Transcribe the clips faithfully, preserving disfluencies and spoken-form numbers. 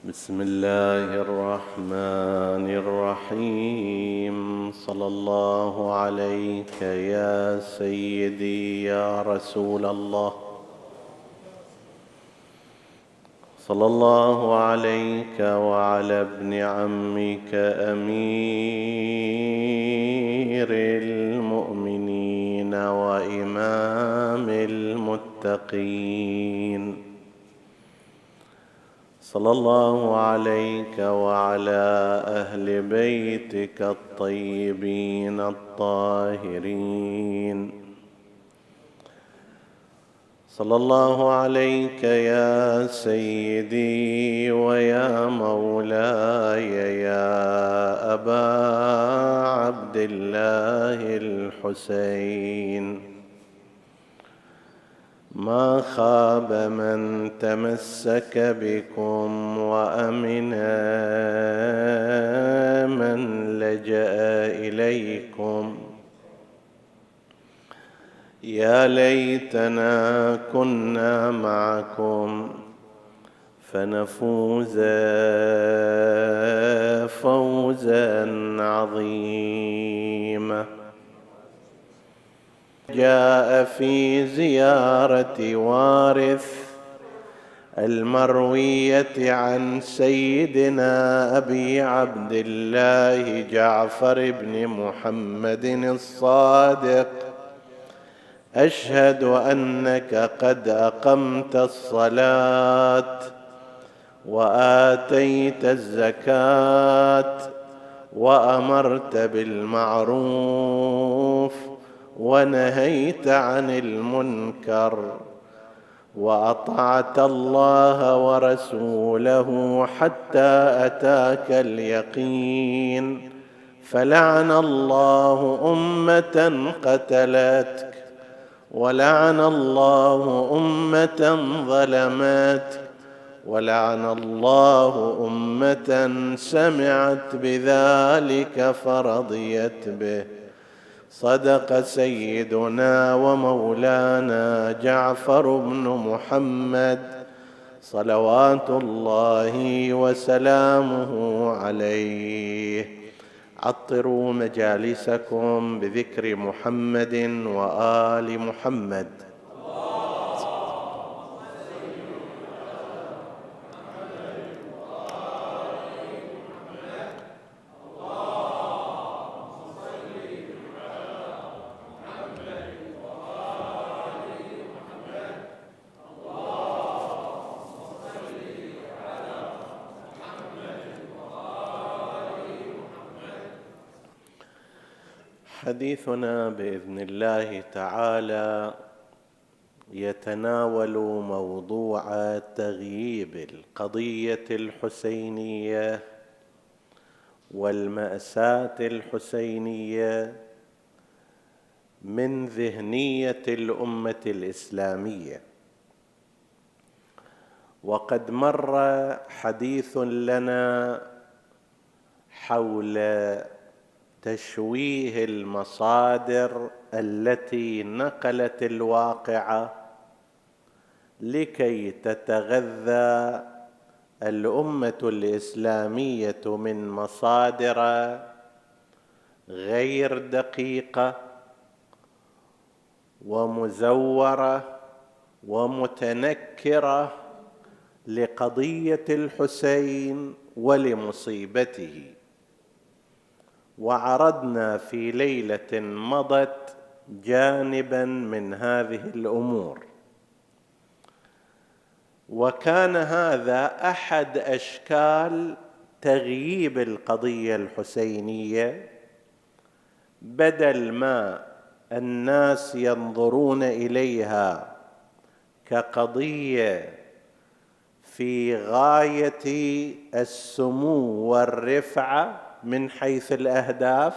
بسم الله الرحمن الرحيم. صلى الله عليك يا سيدي يا رسول الله، صلى الله عليك وعلى ابن عمك أمير المؤمنين وإمام المتقين، صلى الله عليك وعلى أهل بيتك الطيبين الطاهرين، صلى الله عليك يا سيدي ويا مولاي يا أبا عبد الله الحسين. ما خاب من تمسك بكم وأمن من لجأ إليكم. يا ليتنا كنا معكم فنفوز فوزا عظيما. جاء في زيارة وارث المروية عن سيدنا أبي عبد الله جعفر بن محمد الصادق: أشهد أنك قد أقمت الصلاة وآتيت الزكاة وأمرت بالمعروف ونهيت عن المنكر وأطعت الله ورسوله حتى أتاك اليقين، فلعن الله أمة قتلتك ولعن الله أمة ظلمتك ولعن الله أمة سمعت بذلك فرضيت به. صدق سيدنا ومولانا جعفر بن محمد صلوات الله وسلامه عليه. عطروا مجالسكم بذكر محمد وآل محمد. حديثنا بإذن الله تعالى يتناول موضوع تغييب القضية الحسينية والمأساة الحسينية من ذهنية الأمة الإسلامية. وقد مر حديث لنا حول تشويه المصادر التي نقلت الواقعة لكي تتغذى الأمة الإسلامية من مصادر غير دقيقة ومزورة ومتنكرة لقضية الحسين ولمصيبته. وعرضنا في ليلة مضت جانبا من هذه الأمور، وكان هذا أحد أشكال تغييب القضية الحسينية. بدل ما الناس ينظرون إليها كقضية في غاية السمو والرفعة من حيث الأهداف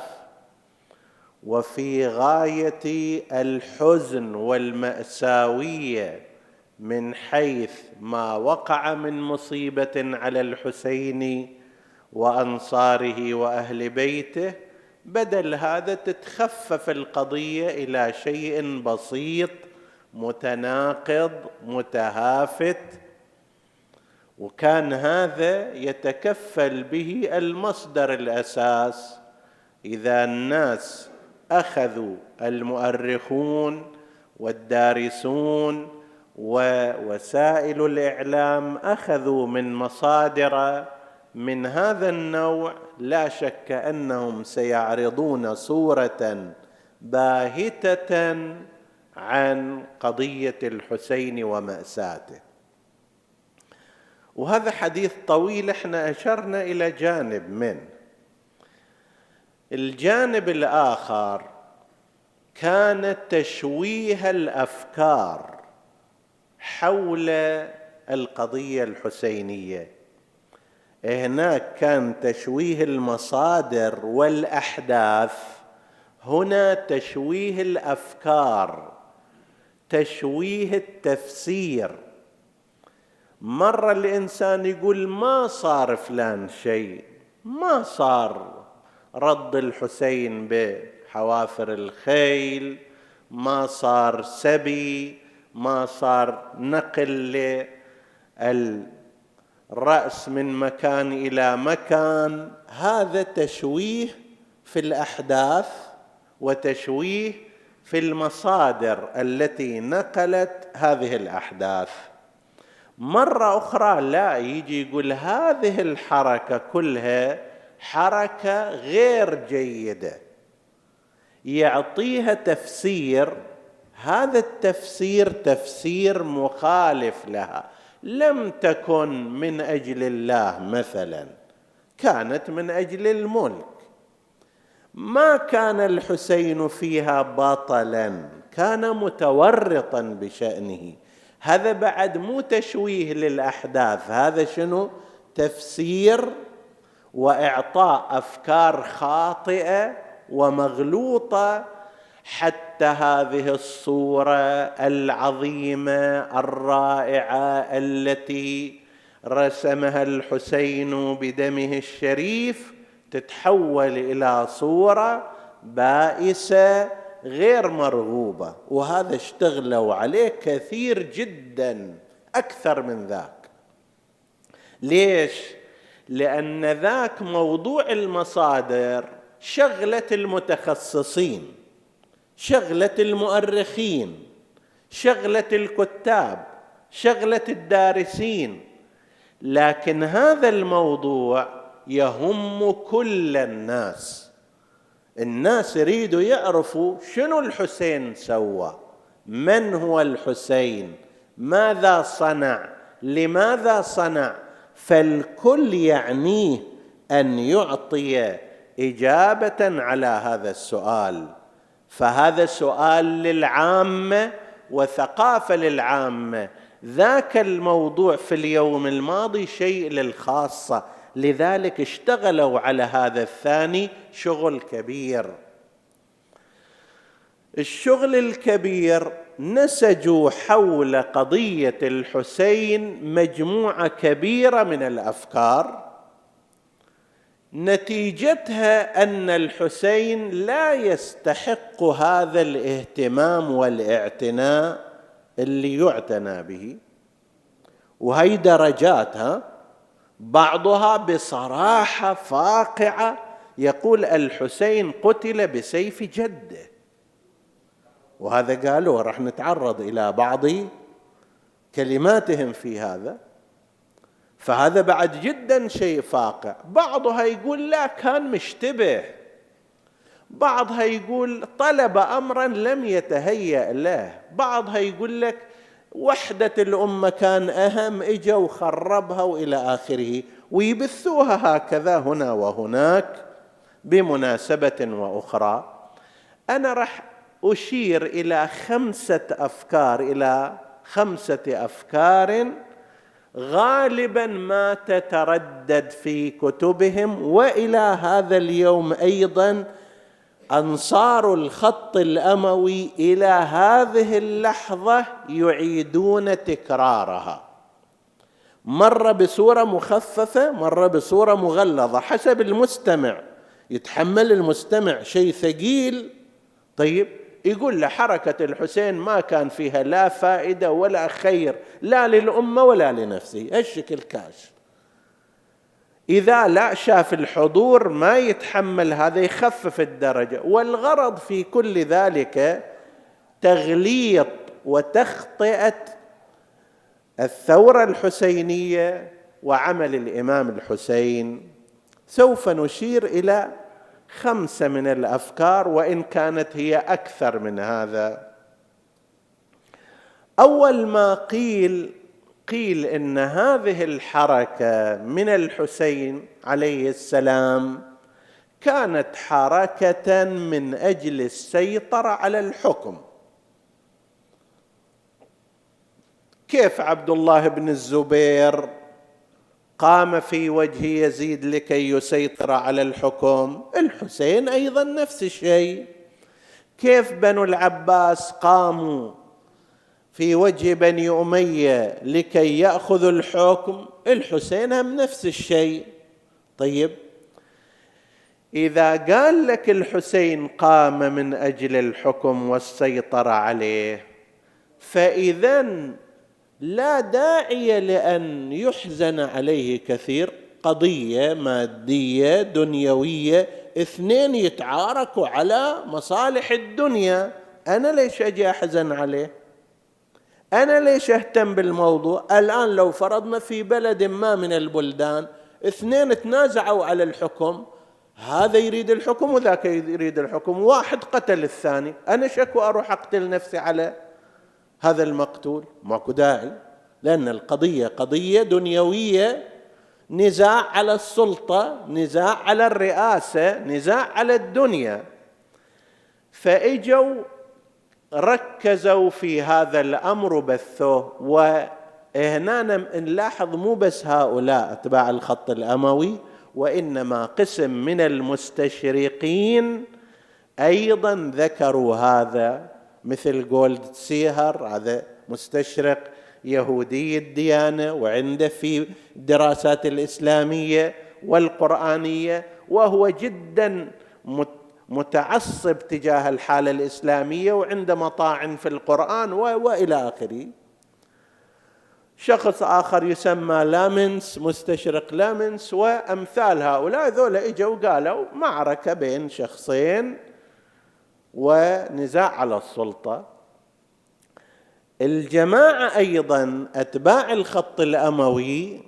وفي غاية الحزن والمأساوية من حيث ما وقع من مصيبة على الحسين وأنصاره وأهل بيته، بدل هذا تتخفف القضية إلى شيء بسيط متناقض متهافت. وكان هذا يتكفل به المصدر الأساس. إذا الناس أخذوا، المؤرخون والدارسون ووسائل الإعلام أخذوا من مصادر من هذا النوع، لا شك أنهم سيعرضون صورة باهتة عن قضية الحسين ومأساته. وهذا حديث طويل، احنا أشرنا إلى جانب منه. الجانب الآخر كان تشويه الأفكار حول القضية الحسينية. هناك كان تشويه المصادر والأحداث، هنا تشويه الأفكار، تشويه التفسير. مرة الإنسان يقول ما صار فلان شيء، ما صار رد الحسين بحوافر الخيل، ما صار سبي، ما صار نقل للرأس من مكان إلى مكان. هذا تشويه في الأحداث وتشويه في المصادر التي نقلت هذه الأحداث. مرة أخرى لا، يجي يقول هذه الحركة كلها حركة غير جيدة، يعطيها تفسير، هذا التفسير تفسير مخالف لها، لم تكن من أجل الله مثلا، كانت من أجل الملك. ما كان الحسين فيها بطلا، كان متورطا بشأنه. هذا بعد مو تشويه للأحداث، هذا شنو؟ تفسير وإعطاء أفكار خاطئة ومغلوطة حتى هذه الصورة العظيمة الرائعة التي رسمها الحسين بدمه الشريف تتحول إلى صورة بائسة غير مرغوبة. وهذا اشتغلوا عليه كثير جدا، أكثر من ذاك. ليش؟ لأن ذاك موضوع المصادر شغلة المتخصصين، شغلة المؤرخين، شغلة الكتاب، شغلة الدارسين. لكن هذا الموضوع يهم كل الناس. الناس يريدوا يعرفوا شنو الحسين سوى، من هو الحسين، ماذا صنع، لماذا صنع. فالكل يعنيه أن يعطي إجابة على هذا السؤال. فهذا سؤال للعامة وثقافة للعامة. ذاك الموضوع في اليوم الماضي شيء للخاصة، لذلك اشتغلوا على هذا الثاني شغل كبير. الشغل الكبير نسجوا حول قضية الحسين مجموعة كبيرة من الأفكار، نتيجتها أن الحسين لا يستحق هذا الاهتمام والاعتناء اللي يعتنى به. وهي درجاتها، بعضها بصراحة فاقعة يقول الحسين قتل بسيف جده، وهذا قالوا، راح نتعرض إلى بعض كلماتهم في هذا. فهذا بعد جدا شيء فاقع. بعضها يقول لا، كان مشتبه. بعضها يقول طلب أمرا لم يتهيأ له. بعضها يقول لك وحدة الأمة كان أهم، إجا وخربها وإلى آخره، ويبثوها هكذا هنا وهناك بمناسبة وأخرى. أنا راح أشير إلى خمسة أفكار، إلى خمسة أفكار غالبا ما تتردد في كتبهم، وإلى هذا اليوم أيضا أنصار الخط الأموي إلى هذه اللحظة يعيدون تكرارها، مرة بصورة مخففة، مرة بصورة مغلظة، حسب المستمع. يتحمل المستمع شيء ثقيل، طيب يقول له حركة الحسين ما كان فيها لا فائدة ولا خير لا للأمة ولا لنفسه، هالشكل كاش. إذا لا شاف الحضور ما يتحمل هذا، يخفف الدرجة. والغرض في كل ذلك تغليط وتخطئة الثورة الحسينية وعمل الإمام الحسين. سوف نشير إلى خمسة من الأفكار وإن كانت هي أكثر من هذا. أول ما قيل قيل إن هذه الحركة من الحسين عليه السلام كانت حركة من أجل السيطرة على الحكم. كيف عبد الله بن الزبير قام في وجه يزيد لكي يسيطر على الحكم، الحسين أيضا نفس الشيء. كيف بنو العباس قاموا في وجه بني أمية لكي يأخذوا الحكم، الحسين هم نفس الشيء. طيب، إذا قال لك الحسين قام من أجل الحكم والسيطرة عليه، فإذن لا داعي لأن يحزن عليه كثير. قضية مادية دنيوية، اثنين يتعاركوا على مصالح الدنيا، أنا ليش أجي أحزن عليه؟ أنا ليش أهتم بالموضوع؟ الآن لو فرضنا في بلد ما من البلدان اثنين تنازعوا على الحكم، هذا يريد الحكم وذاك يريد الحكم، واحد قتل الثاني، أنا شكو أروح أقتل نفسي على هذا المقتول؟ ماكو داعي، لأن القضية قضية دنيوية، نزاع على السلطة، نزاع على الرئاسة، نزاع على الدنيا. فإجوا ركزوا في هذا الأمر وبثوه. وهنا نلاحظ مو بس هؤلاء أتباع الخط الأموي، وإنما قسم من المستشرقين أيضا ذكروا هذا، مثل جولد سيهر، هذا مستشرق يهودي الديانة وعنده في الدراسات الإسلامية والقرآنية، وهو جدا متعصب تجاه الحالة الإسلامية وعنده مطاعن في القرآن وإلى آخره. شخص آخر يسمى لامنس، مستشرق لامنس، وأمثال هؤلاء. ذولا إجوا وقالوا معركة بين شخصين ونزاع على السلطة. الجماعة أيضا أتباع الخط الأموي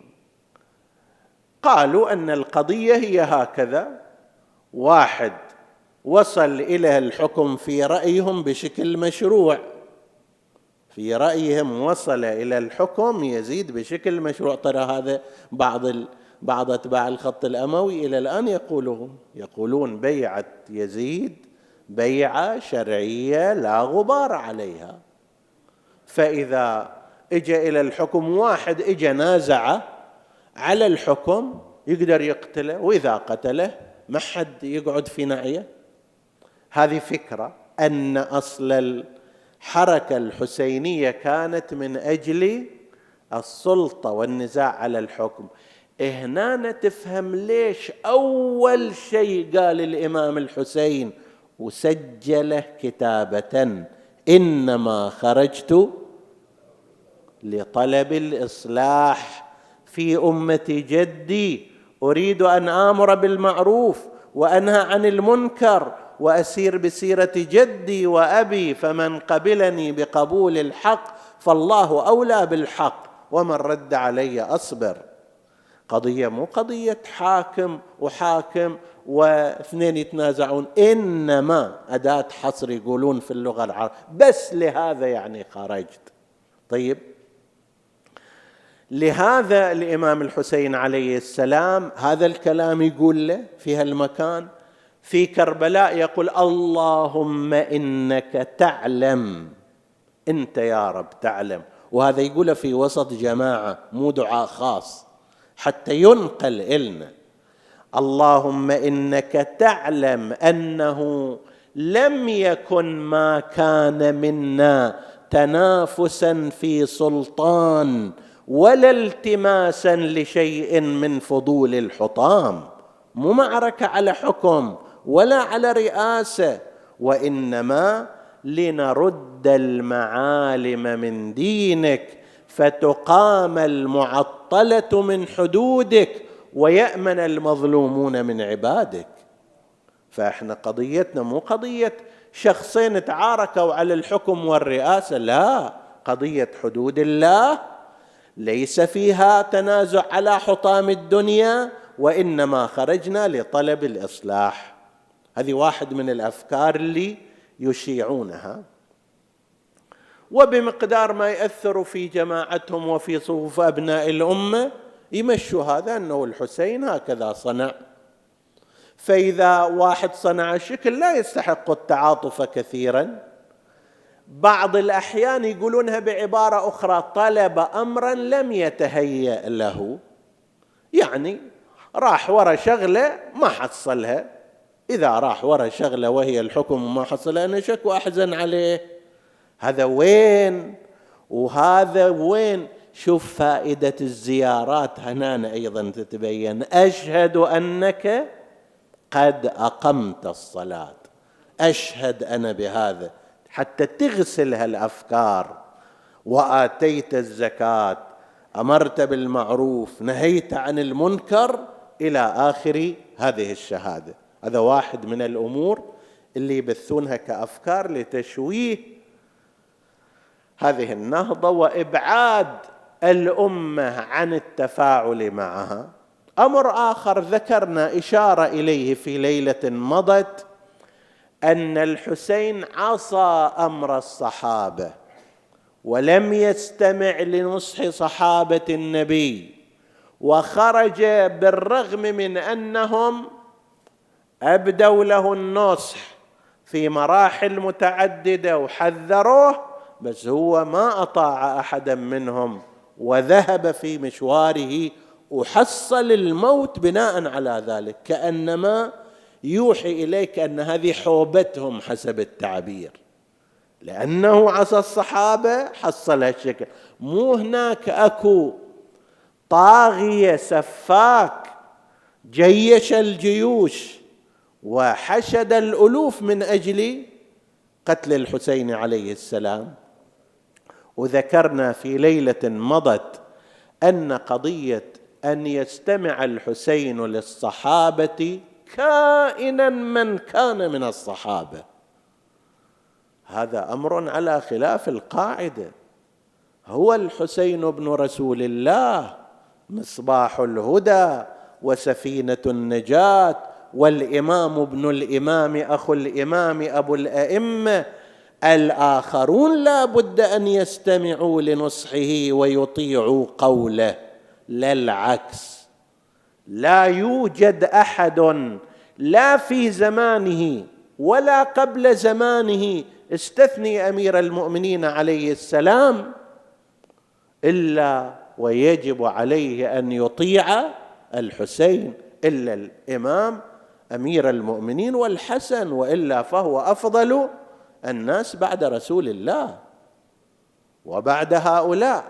قالوا أن القضية هي هكذا: واحد وصل إلى الحكم في رأيهم بشكل مشروع، في رأيهم وصل إلى الحكم يزيد بشكل مشروع. ترى هذا بعض ال... بعض أتباع الخط الأموي إلى الآن يقولون يقولون بيعة يزيد بيعة شرعية لا غبار عليها. فإذا اجى إلى الحكم واحد اجى نازع على الحكم يقدر يقتله، وإذا قتله ما حد يقعد في ناحية. هذه فكرة أن أصل الحركة الحسينية كانت من أجل السلطة والنزاع على الحكم. هنا تفهم ليش أول شيء قال الإمام الحسين وسجله كتابة: إنما خرجت لطلب الإصلاح في أمة جدي، أريد أن آمر بالمعروف وأنهى عن المنكر وأسير بسيرة جدي وأبي، فمن قبلني بقبول الحق فالله أولى بالحق، ومن رد علي أصبر. قضية مو قضية حاكم وحاكم واثنين يتنازعون، إنما أداة حصر يقولون في اللغة العربية، بس لهذا يعني خرجت. طيب، لهذا الإمام الحسين عليه السلام هذا الكلام يقول له في هالمكان. في كربلاء يقول: اللهم إنك تعلم، أنت يا رب تعلم. وهذا يقوله في وسط جماعة، مو دعاء خاص، حتى ينقل إلنا. اللهم إنك تعلم أنه لم يكن ما كان منا تنافسا في سلطان ولا التماسا لشيء من فضول الحطام، مو معركة على حكم ولا على رئاسة، وإنما لنرد المعالم من دينك فتقام المعطلة من حدودك ويأمن المظلومون من عبادك. فإحنا قضيتنا مو قضية شخصين تعاركوا على الحكم والرئاسة، لا، قضية حدود الله ليس فيها تنازع على حطام الدنيا، وإنما خرجنا لطلب الإصلاح. هذه واحد من الأفكار اللي يشيعونها، وبمقدار ما يأثروا في جماعتهم وفي صفوف أبناء الأمة يمشوا هذا أنه الحسين هكذا صنع. فإذا واحد صنع شكل لا يستحق التعاطف كثيرا. بعض الأحيان يقولونها بعبارة أخرى: طلب أمرا لم يتهيأ له، يعني راح ورا شغلة ما حصلها. إذا راح ورا شغلة وهي الحكم وما حصلها أنا شك وأحزن عليه. هذا وين وهذا وين؟ شوف فائدة الزيارات هنا أيضا تتبين. أشهد أنك قد أقمت الصلاة، أشهد أنا بهذا، حتى تغسل هالأفكار. وآتيت الزكاة، أمرت بالمعروف، نهيت عن المنكر، إلى آخر هذه الشهادة. هذا واحد من الأمور اللي يبثونها كأفكار لتشويه هذه النهضة وإبعاد الأمة عن التفاعل معها. أمر آخر ذكرنا إشارة إليه في ليلة مضت، أن الحسين عصى أمر الصحابة ولم يستمع لنصح صحابة النبي، وخرج بالرغم من أنهم أبدوا له النصح في مراحل متعددة وحذروه، بس هو ما أطاع أحدا منهم وذهب في مشواره وحصل الموت بناء على ذلك. كأنما يوحي إليك أن هذه حوبتهم حسب التعبير، لأنه عصى الصحابة حصل هالشكل. مو هناك أكو طاغية سفاك جيش الجيوش وحشد الألوف من أجل قتل الحسين عليه السلام. وذكرنا في ليلة مضت أن قضية أن يستمع الحسين للصحابة كائنا من كان من الصحابة، هذا أمر على خلاف القاعدة. هو الحسين بن رسول الله، مصباح الهدى وسفينة النجاة، والإمام ابن الإمام أخو الإمام أبو الأئمة. الآخرون لا بد أن يستمعوا لنصحه ويطيعوا قوله، لا العكس. لا يوجد أحد لا في زمانه ولا قبل زمانه، استثني أمير المؤمنين عليه السلام، إلا ويجب عليه أن يطيع الحسين، إلا الإمام أمير المؤمنين والحسن، وإلا فهو أفضل الناس بعد رسول الله وبعد هؤلاء.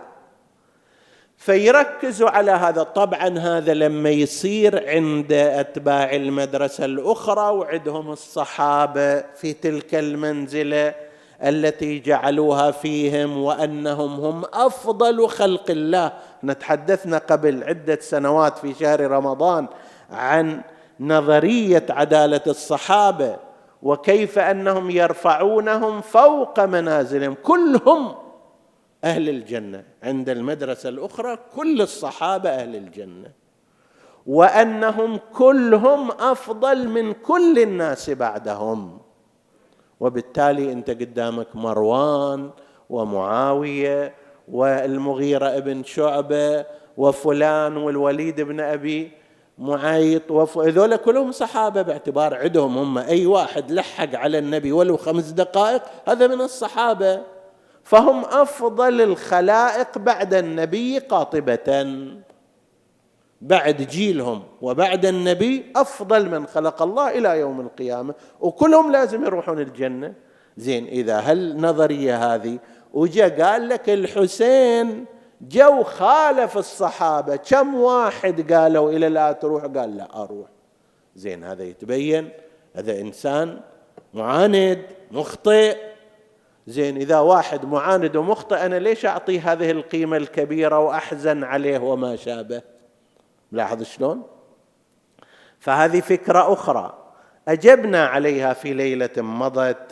فيركزوا على هذا. طبعا هذا لما يصير عند أتباع المدرسة الأخرى وعندهم الصحابة في تلك المنزلة التي جعلوها فيهم وأنهم هم أفضل خلق الله. نتحدثنا قبل عدة سنوات في شهر رمضان عن نظرية عدالة الصحابة وكيف أنهم يرفعونهم فوق منازلهم، كلهم أهل الجنة. عند المدرسة الأخرى كل الصحابة أهل الجنة، وأنهم كلهم أفضل من كل الناس بعدهم. وبالتالي أنت قدامك مروان ومعاوية والمغيرة ابن شعبة وفلان والوليد بن أبي معيط، وذولا كلهم صحابة باعتبار عندهم هم أي واحد لحق على النبي ولو خمس دقائق هذا من الصحابة، فهم أفضل الخلائق بعد النبي قاطبة. بعد جيلهم وبعد النبي أفضل من خلق الله إلى يوم القيامة، وكلهم لازم يروحون الجنة. زين، إذا هالنظرية هذه وجاء قال لك الحسين جو خالف الصحابة، كم واحد قالوا إلى لا تروح؟ قال لا أروح. زين، هذا يتبين هذا إنسان معاند مخطئ زين إذا واحد معاند ومخطئ أنا ليش أعطيه هذه القيمة الكبيرة وأحزن عليه وما شابه؟ لاحظ شلون؟ فهذه فكرة أخرى أجبنا عليها في ليلة مضت.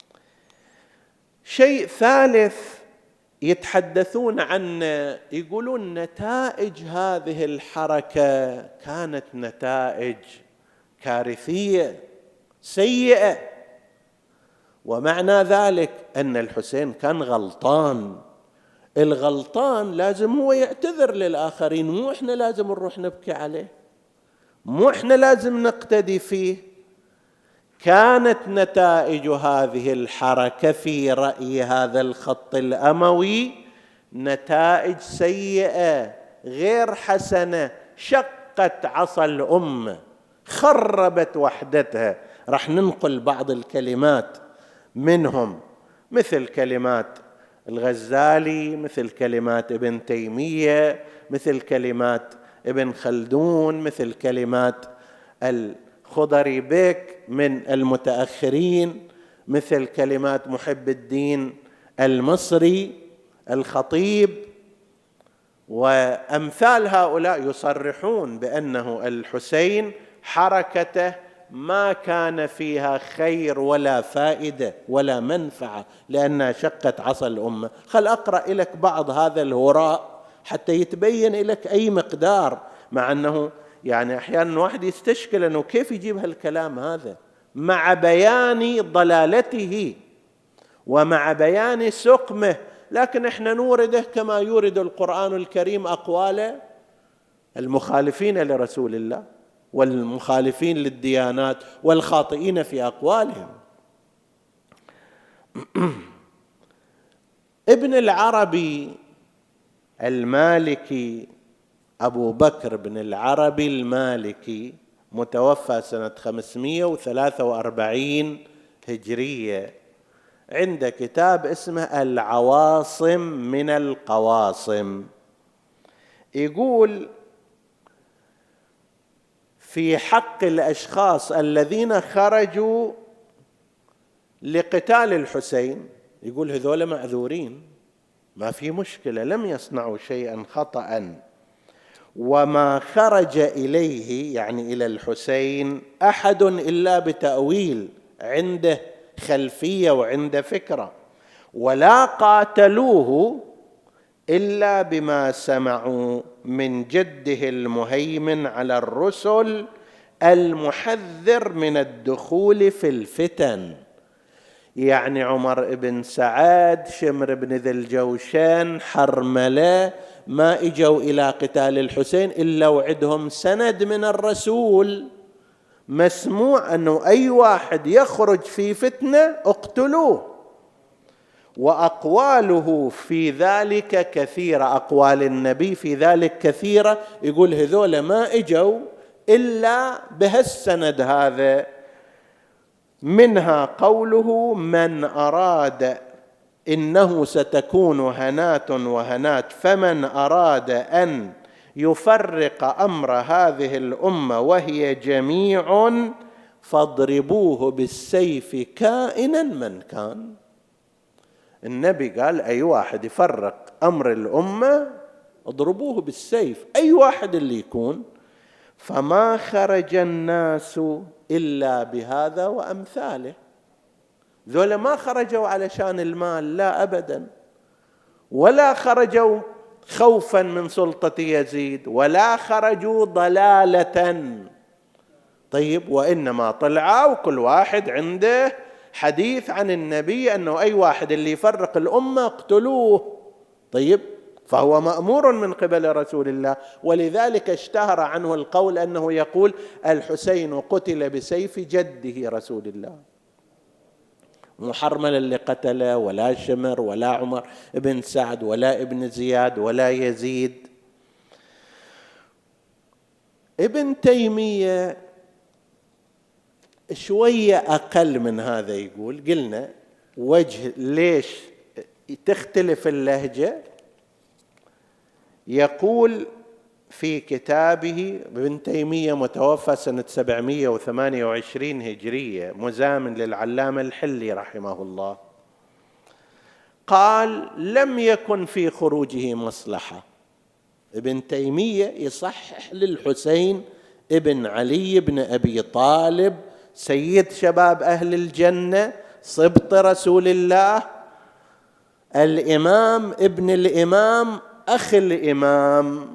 شيء ثالث يتحدثون عنه، يقولون نتائج هذه الحركة كانت نتائج كارثية سيئة، ومعنى ذلك أن الحسين كان غلطان. الغلطان لازم هو يعتذر للآخرين، مو إحنا لازم نروح نبكي عليه، مو إحنا لازم نقتدي فيه. كانت نتائج هذه الحركة في رأي هذا الخط الأموي نتائج سيئة غير حسنة، شقت عصا الأمة، خربت وحدتها. راح ننقل بعض الكلمات منهم، مثل كلمات الغزالي، مثل كلمات ابن تيمية، مثل كلمات ابن خلدون، مثل كلمات الخضري بك من المتأخرين، مثل كلمات محب الدين المصري الخطيب، وأمثال هؤلاء يصرحون بأنه الحسين حركته ما كان فيها خير ولا فائدة ولا منفعة لأنها شقت عصا الأمة. خل أقرأ لك بعض هذا الهراء حتى يتبين لك أي مقدار، مع أنه يعني أحيانا واحد يستشكل أنه كيف يجيب هالكلام هذا مع بيان ضلالته ومع بيان سقمه، لكن احنا نورده كما يورد القرآن الكريم أقوال المخالفين لرسول الله والمخالفين للديانات والخاطئين في أقوالهم. ابن العربي المالكي، أبو بكر بن العربي المالكي، متوفى سنة خمسمائة وثلاثة وأربعين هجرية، عنده كتاب اسمه العواصم من القواصم. يقول في حق الأشخاص الذين خرجوا لقتال الحسين، يقول هذول معذورين، ما في مشكلة، لم يصنعوا شيئا خطأ، وما خرج إليه يعني إلى الحسين أحد إلا بتأويل، عنده خلفية وعنده فكرة، ولا قاتلوه إلا بما سمعوا من جده المهيمن على الرسل المحذر من الدخول في الفتن. يعني عمر بن سعد، شمر بن ذي الجوشن، حرملة، ما اجوا إلى قتال الحسين إلا وعدهم سند من الرسول مسموع أنه أي واحد يخرج في فتنة اقتلوه. وأقواله في ذلك كثيرة، أقوال النبي في ذلك كثيرة، يقول هذول ما اجوا إلا بهالسند هذا. منها قوله من أراد، إنه ستكون هنات وهنات، فمن أراد أن يفرق أمر هذه الأمة وهي جميع فاضربوه بالسيف كائنا من كان. النبي قال أي واحد يفرق أمر الأمة اضربوه بالسيف، أي واحد اللي يكون. فما خرج الناس إلا بهذا وأمثاله. ذولا ما خرجوا علشان المال، لا أبدا، ولا خرجوا خوفا من سلطة يزيد، ولا خرجوا ضلالة. طيب، وإنما طلعوا كل واحد عنده حديث عن النبي أنه أي واحد اللي يفرق الأمة اقتلوه. طيب، فهو مأمور من قبل رسول الله، ولذلك اشتهر عنه القول أنه يقول الحسين قتل بسيف جده رسول الله، مو حرمل اللي قتله، ولا شمر، ولا عمر ابن سعد، ولا ابن زياد، ولا يزيد. ابن تيمية شوية أقل من هذا، يقول قلنا وجه ليش تختلف اللهجة. يقول في كتابه، ابن تيمية متوفى سنة سبعمائة وثمانية وعشرين هجرية، مزامن للعلامة الحلي رحمه الله، قال لم يكن في خروجه مصلحة. ابن تيمية يصحح للحسين ابن علي بن أبي طالب سيد شباب أهل الجنة، صبط رسول الله، الإمام ابن الإمام أخ الإمام،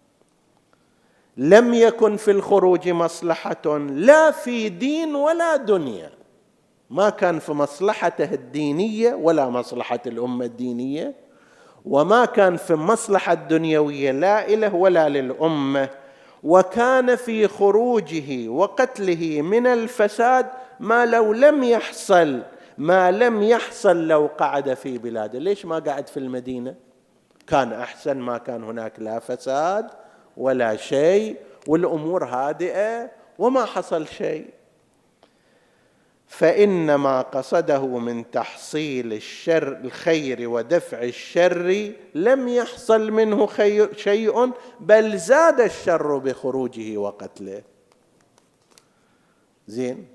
لم يكن في الخروج مصلحة لا في دين ولا دنيا، ما كان في مصلحته الدينية ولا مصلحة الأمة الدينية، وما كان في مصلحة الدنيوية لا له ولا للأمة. وكان في خروجه وقتله من الفساد ما لو لم يحصل ما لم يحصل لو قعد في بلاده. ليش ما قعد في المدينة؟ كان أحسن، ما كان هناك لا فساد ولا شيء والأمور هادئة وما حصل شيء. فإنما قصده من تحصيل الشر الخير ودفع الشر لم يحصل منه خير شيء، بل زاد الشر بخروجه وقتله. زين.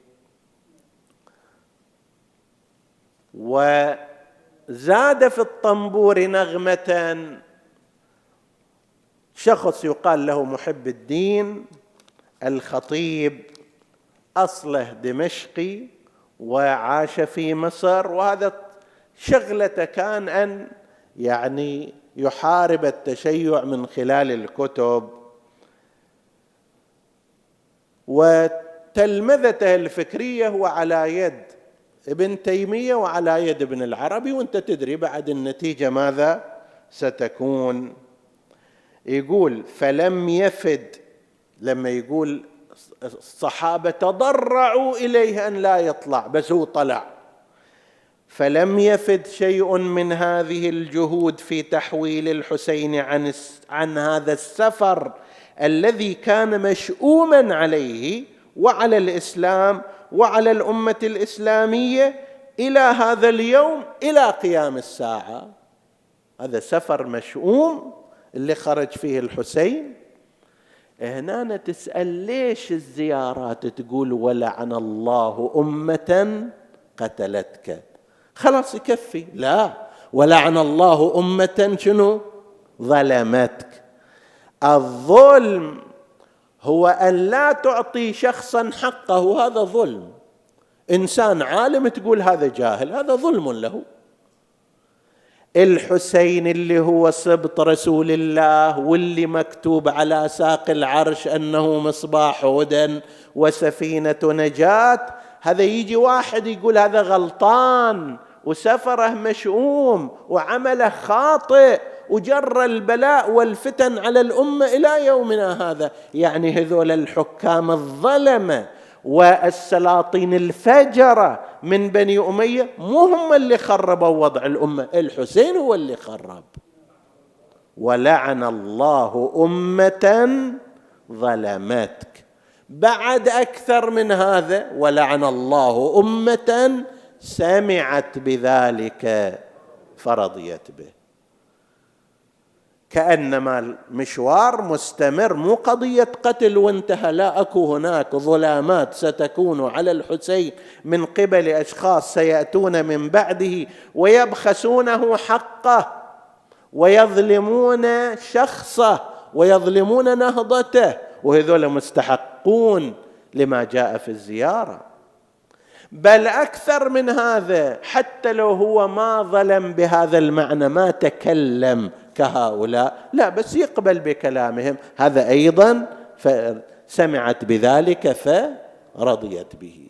وزاد في الطنبور نغمة شخص يقال له محب الدين الخطيب، أصله دمشقي وعاش في مصر، وهذا شغلته كان أن يعني يحارب التشيع من خلال الكتب، وتلمذته الفكرية هو على يد ابن تيمية وعلى يد ابن العربي، وانت تدري بعد النتيجة ماذا ستكون. يقول فلم يفد، لما يقول الصحابة تضرعوا إليه أن لا يطلع بس هو طلع، فلم يفد شيء من هذه الجهود في تحويل الحسين عن عن هذا السفر الذي كان مشؤوما عليه وعلى الإسلام وعلى الأمة الإسلامية إلى هذا اليوم إلى قيام الساعة. هذا سفر مشؤوم اللي خرج فيه الحسين. هنا تسأل ليش الزيارات تقول ولعن الله أمة قتلتك؟ خلاص يكفي. لا، ولعن الله أمة شنو؟ ظلمتك. الظلم هو أن لا تعطي شخصا حقه، هذا ظلم. إنسان عالم تقول هذا جاهل، هذا ظلم له. الحسين اللي هو سبط رسول الله واللي مكتوب على ساق العرش أنه مصباح هدى وسفينة نجاة، هذا يجي واحد يقول هذا غلطان وسفره مشؤوم وعمله خاطئ وجر البلاء والفتن على الأمة إلى يومنا هذا. يعني هذول الحكام الظلمة والسلاطين الفجرة من بني أمية مو هم اللي خربوا وضع الأمة، الحسين هو اللي خرب. ولعن الله أمة ظلمتك. بعد أكثر من هذا، ولعن الله أمة سمعت بذلك فرضيت به. كأنما المشوار مستمر، مو قضية قتل وانتهى، لا، أكو هناك ظلامات ستكون على الحسين من قبل أشخاص سيأتون من بعده ويبخسونه حقه ويظلمون شخصه ويظلمون نهضته، وهذول مستحقون لما جاء في الزيارة. بل أكثر من هذا، حتى لو هو ما ظلم بهذا المعنى، ما تكلم كهؤلاء، لا، بس يقبل بكلامهم، هذا أيضا سمعت بذلك فرضيت به.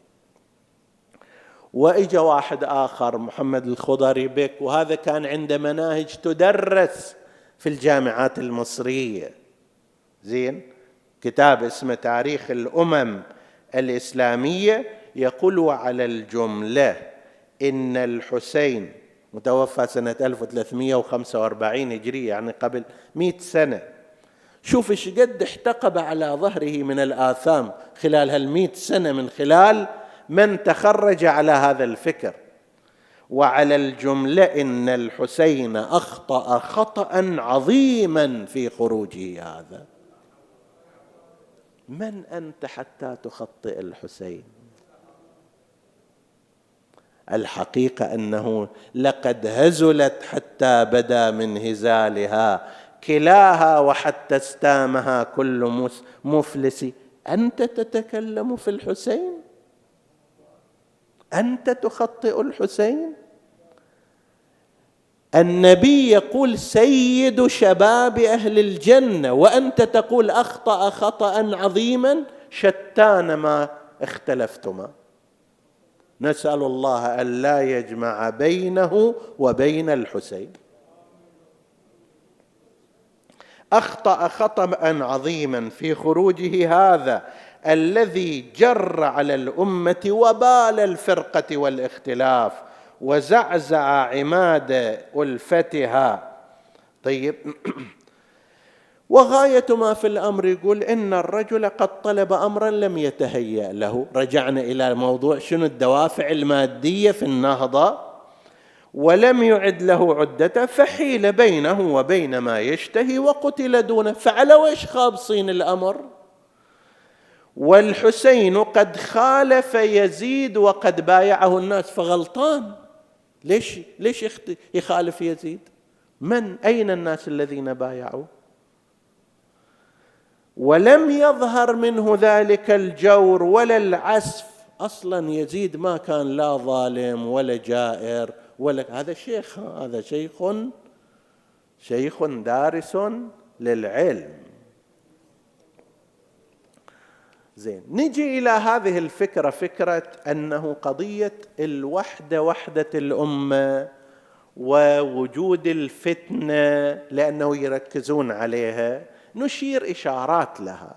وإجا واحد آخر محمد الخضري بك، وهذا كان عنده مناهج تدرس في الجامعات المصرية. زين، كتاب اسمه تاريخ الأمم الإسلامية، يقول وعلى الجملة إن الحسين متوفى سنة ألف وثلاثمئة وخمسة وأربعين هجرية، يعني قبل مئة سنة. شوف ايش قد احتقب على ظهره من الآثام خلال هالمئة سنة من خلال من تخرج على هذا الفكر. وعلى الجملة إن الحسين أخطأ خطأ عظيما في خروجه هذا. من أنت حتى تخطئ الحسين؟ الحقيقة أنه لقد هزلت حتى بدا من هزالها كلاها وحتى استامها كل مفلس. أنت تتكلم في الحسين؟ أنت تخطئ الحسين؟ النبي يقول سيد شباب أهل الجنة، وأنت تقول أخطأ خطأ عظيما شتان ما اختلفتما. نسأل الله أن لا يجمع بينه وبين الحسين. أخطأ خطأ عظيما في خروجه هذا الذي جر على الأمة وبال الفرقة والاختلاف وزعزع عماد ألفتها. طيب، وغاية ما في الأمر يقول إن الرجل قد طلب أمرا لم يتهيأ له. رجعنا إلى موضوع شنو الدوافع المادية في النهضة، ولم يعد له عدته فحيل بينه وبين ما يشتهي وقتل دونه. فعلى وش خابصين الأمر؟ والحسين قد خالف يزيد وقد بايعه الناس، فغلطان. ليش ليش يخالف يزيد؟ من أين الناس الذين بايعوا؟ ولم يظهر منه ذلك الجور ولا العسف. أصلا يزيد ما كان لا ظالم ولا جائر ولا، هذا شيخ، هذا شيخ شيخ دارس للعلم. زين، نجي إلى هذه الفكرة، فكرة أنه قضية الوحدة، وحدة الأمة ووجود الفتنة، لأنه يركزون عليها. نشير إشارات لها.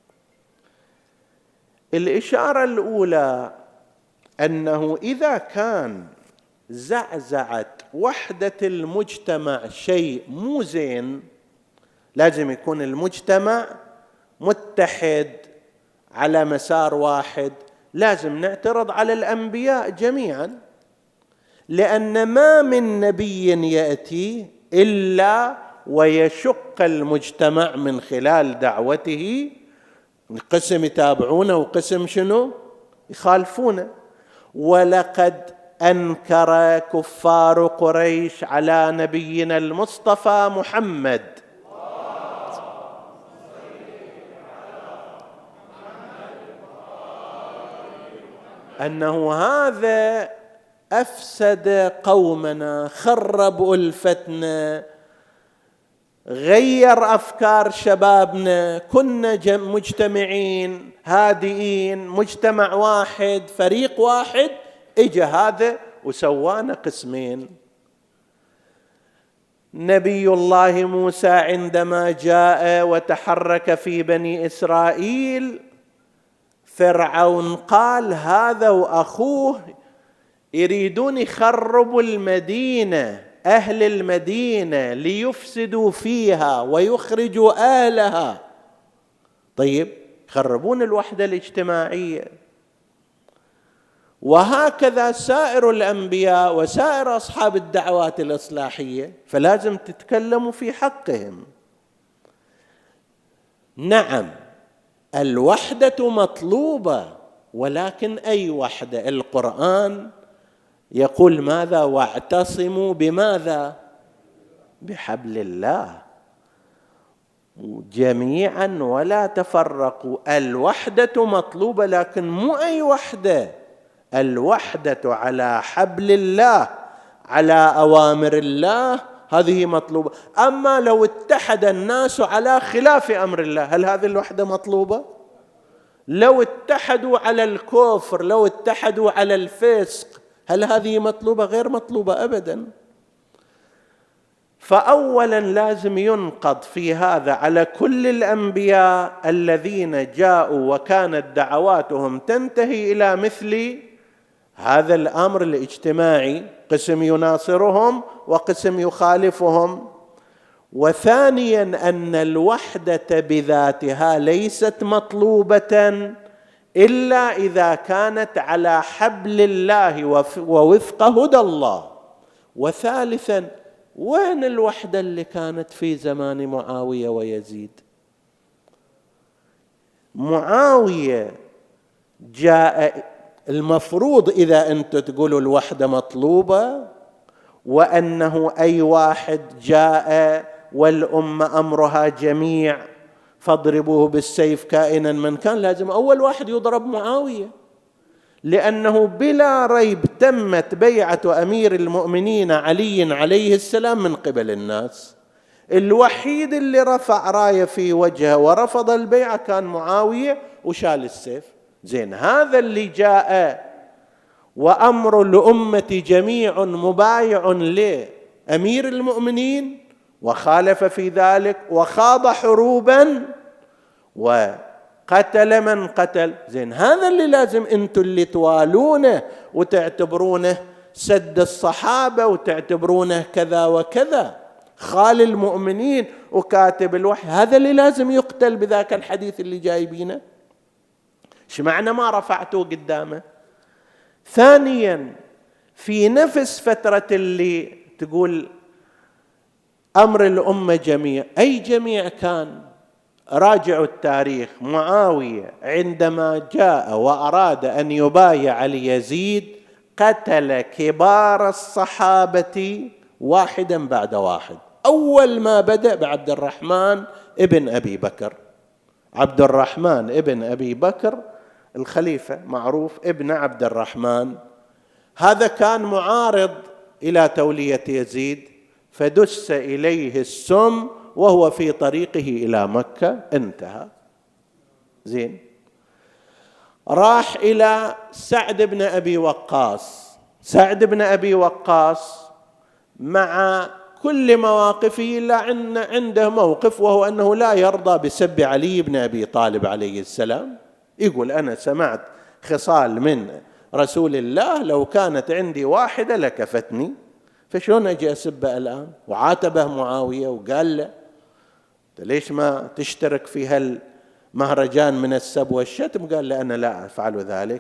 الإشارة الأولى أنه إذا كان زعزعت وحدة المجتمع شيء مو زين، لازم يكون المجتمع متحد على مسار واحد. لازم نعترض على الأنبياء جميعا، لأن ما من نبي يأتي إلا ويشق المجتمع من خلال دعوته، قسم يتابعونه وقسم شنو يخالفونه. ولقد أنكر كفار قريش على نبينا المصطفى محمد أنه هذا أفسد قومنا، خرب ألفتنا، غير أفكار شبابنا. كنا مجتمعين هادئين، مجتمع واحد، فريق واحد، إجا هذا وسوانا قسمين. نبي الله موسى عندما جاء وتحرك في بني إسرائيل، فرعون قال هذا وأخوه يريدون يخربوا المدينة، أهل المدينة، ليفسدوا فيها ويخرجوا أهلها. طيب، يخربون الوحدة الاجتماعية. وهكذا سائر الأنبياء وسائر أصحاب الدعوات الإصلاحية، فلازم تتكلموا في حقهم. نعم، الوحدة مطلوبة، ولكن أي وحدة؟ القرآن يقول ماذا؟ واعتصموا بماذا؟ بحبل الله جميعا ولا تفرقوا. الوحدة مطلوبة، لكن مو أي وحدة. الوحدة على حبل الله، على أوامر الله، هذه مطلوبة. أما لو اتحد الناس على خلاف أمر الله، هل هذه الوحدة مطلوبة؟ لو اتحدوا على الكفر، لو اتحدوا على الفسق، هل هذه مطلوبة؟ غير مطلوبة أبدا. فأولا لازم ينقض في هذا على كل الأنبياء الذين جاءوا وكانت دعواتهم تنتهي إلى مثل هذا الأمر الاجتماعي، قسم يناصرهم وقسم يخالفهم. وثانيا أن الوحدة بذاتها ليست مطلوبة إلا إذا كانت على حبل الله ووفق هدى الله. وثالثا، وين الوحدة اللي كانت في زمان معاوية ويزيد؟ معاوية جاء المفروض إذا أنتم تقولوا الوحدة مطلوبة وأنه أي واحد جاء والأمة أمرها جميع فاضربوه بالسيف كائنا من كان، لازم أول واحد يضرب معاوية، لأنه بلا ريب تمت بيعة أمير المؤمنين علي عليه السلام من قبل الناس. الوحيد اللي رفع راية في وجهه ورفض البيعة كان معاوية وشال السيف. زين، هذا اللي جاء وأمر الأمة جميع مبايع لأمير المؤمنين وخالف في ذلك وخاض حروبا وقتل من قتل. زين، هذا اللي لازم انتم اللي توالونه وتعتبرونه سد الصحابة وتعتبرونه كذا وكذا، خال المؤمنين وكاتب الوحي، هذا اللي لازم يقتل بذاك الحديث اللي جايبينه. ايش معنى ما رفعته قدامه؟ ثانيا، في نفس فترة اللي تقول أمر الأمة جميع، أي جميع كان؟ راجعوا التاريخ. معاوية عندما جاء وأراد أن يبايع ليزيد قتل كبار الصحابة واحدا بعد واحد. أول ما بدأ بعبد الرحمن ابن أبي بكر. عبد الرحمن ابن أبي بكر الخليفة معروف ابن عبد الرحمن، هذا كان معارض إلى تولية يزيد، فدس إليه السم وهو في طريقه إلى مكة، انتهى. زين، راح إلى سعد بن أبي وقاص. سعد بن أبي وقاص مع كل مواقفه إلا عنده موقف، وهو أنه لا يرضى بسب علي بن أبي طالب عليه السلام. يقول أنا سمعت خصال من رسول الله لو كانت عندي واحدة لكفتني، فشلون أجي أسبه الآن؟ وعاتبه معاوية وقال له ليش ما تشترك في هالمهرجان من السب والشتم؟ قال له أنا لا أفعل ذلك.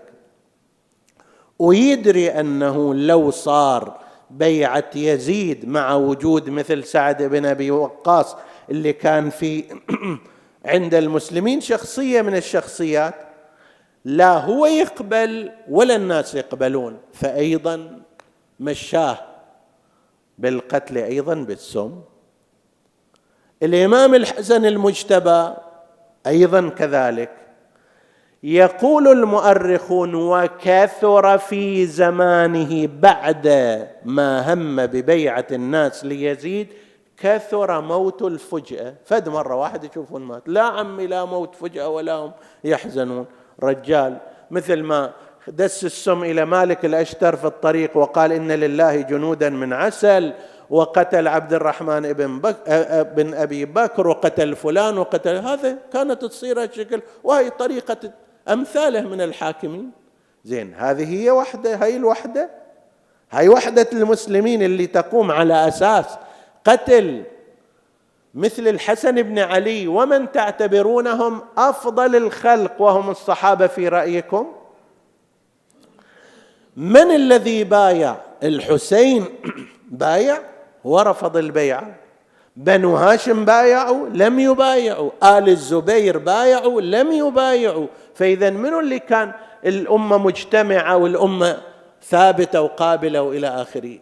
ويدري أنه لو صار بيعة يزيد مع وجود مثل سعد بن أبي وقاص اللي كان في عند المسلمين شخصية من الشخصيات، لا هو يقبل ولا الناس يقبلون، فأيضا مشاه بالقتل أيضا بالسم. الإمام الحسن المجتبى أيضا كذلك. يقول المؤرخون وكثر في زمانه بعد ما هم ببيعة الناس ليزيد كثر موت الفجأة. فد مرة واحد يشوفون مات، لا عمي لا موت فجأة ولا هم يحزنون. رجال مثل ما دس السم إلى مالك الأشتر في الطريق وقال إن لله جنودا من عسل، وقتل عبد الرحمن ابن, بك... ابن أبي بكر وقتل فلان وقتل، هذا كانت تصير هالشكل، وهي طريقة أمثاله من الحاكمين. زين، هذه هي وحدة، هي الوحدة، هي وحدة المسلمين اللي تقوم على أساس قتل مثل الحسن بن علي ومن تعتبرونهم أفضل الخلق وهم الصحابة في رأيكم. من الذي بايع؟ الحسين بايع ورفض البيعة. بنو هاشم بايعوا لم يبايعوا. آل الزبير بايعوا لم يبايعوا. فإذا منو اللي كان الأمة مجتمعة والأمة ثابتة وقابلة وإلى آخره.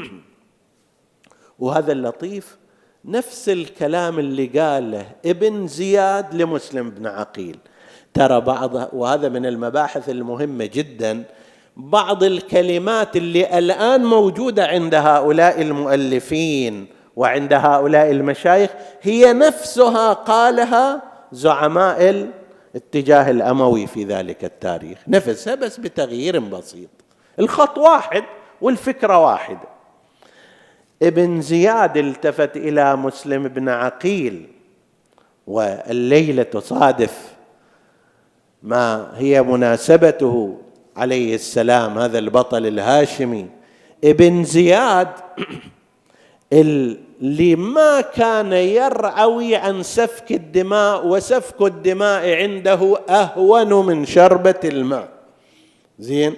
وهذا اللطيف نفس الكلام اللي قاله ابن زياد لمسلم بن عقيل. ترى بعض، وهذا من المباحث المهمة جدا، بعض الكلمات اللي الآن موجودة عند هؤلاء المؤلفين وعند هؤلاء المشايخ هي نفسها قالها زعماء الاتجاه الأموي في ذلك التاريخ، نفسها بس بتغيير بسيط. الخط واحد والفكرة واحدة. ابن زياد التفت إلى مسلم بن عقيل، والليلة تصادف ما هي مناسبته عليه السلام، هذا البطل الهاشمي. ابن زياد اللي ما كان يرعوي عن سفك الدماء، وسفك الدماء عنده أهون من شربة الماء. زين،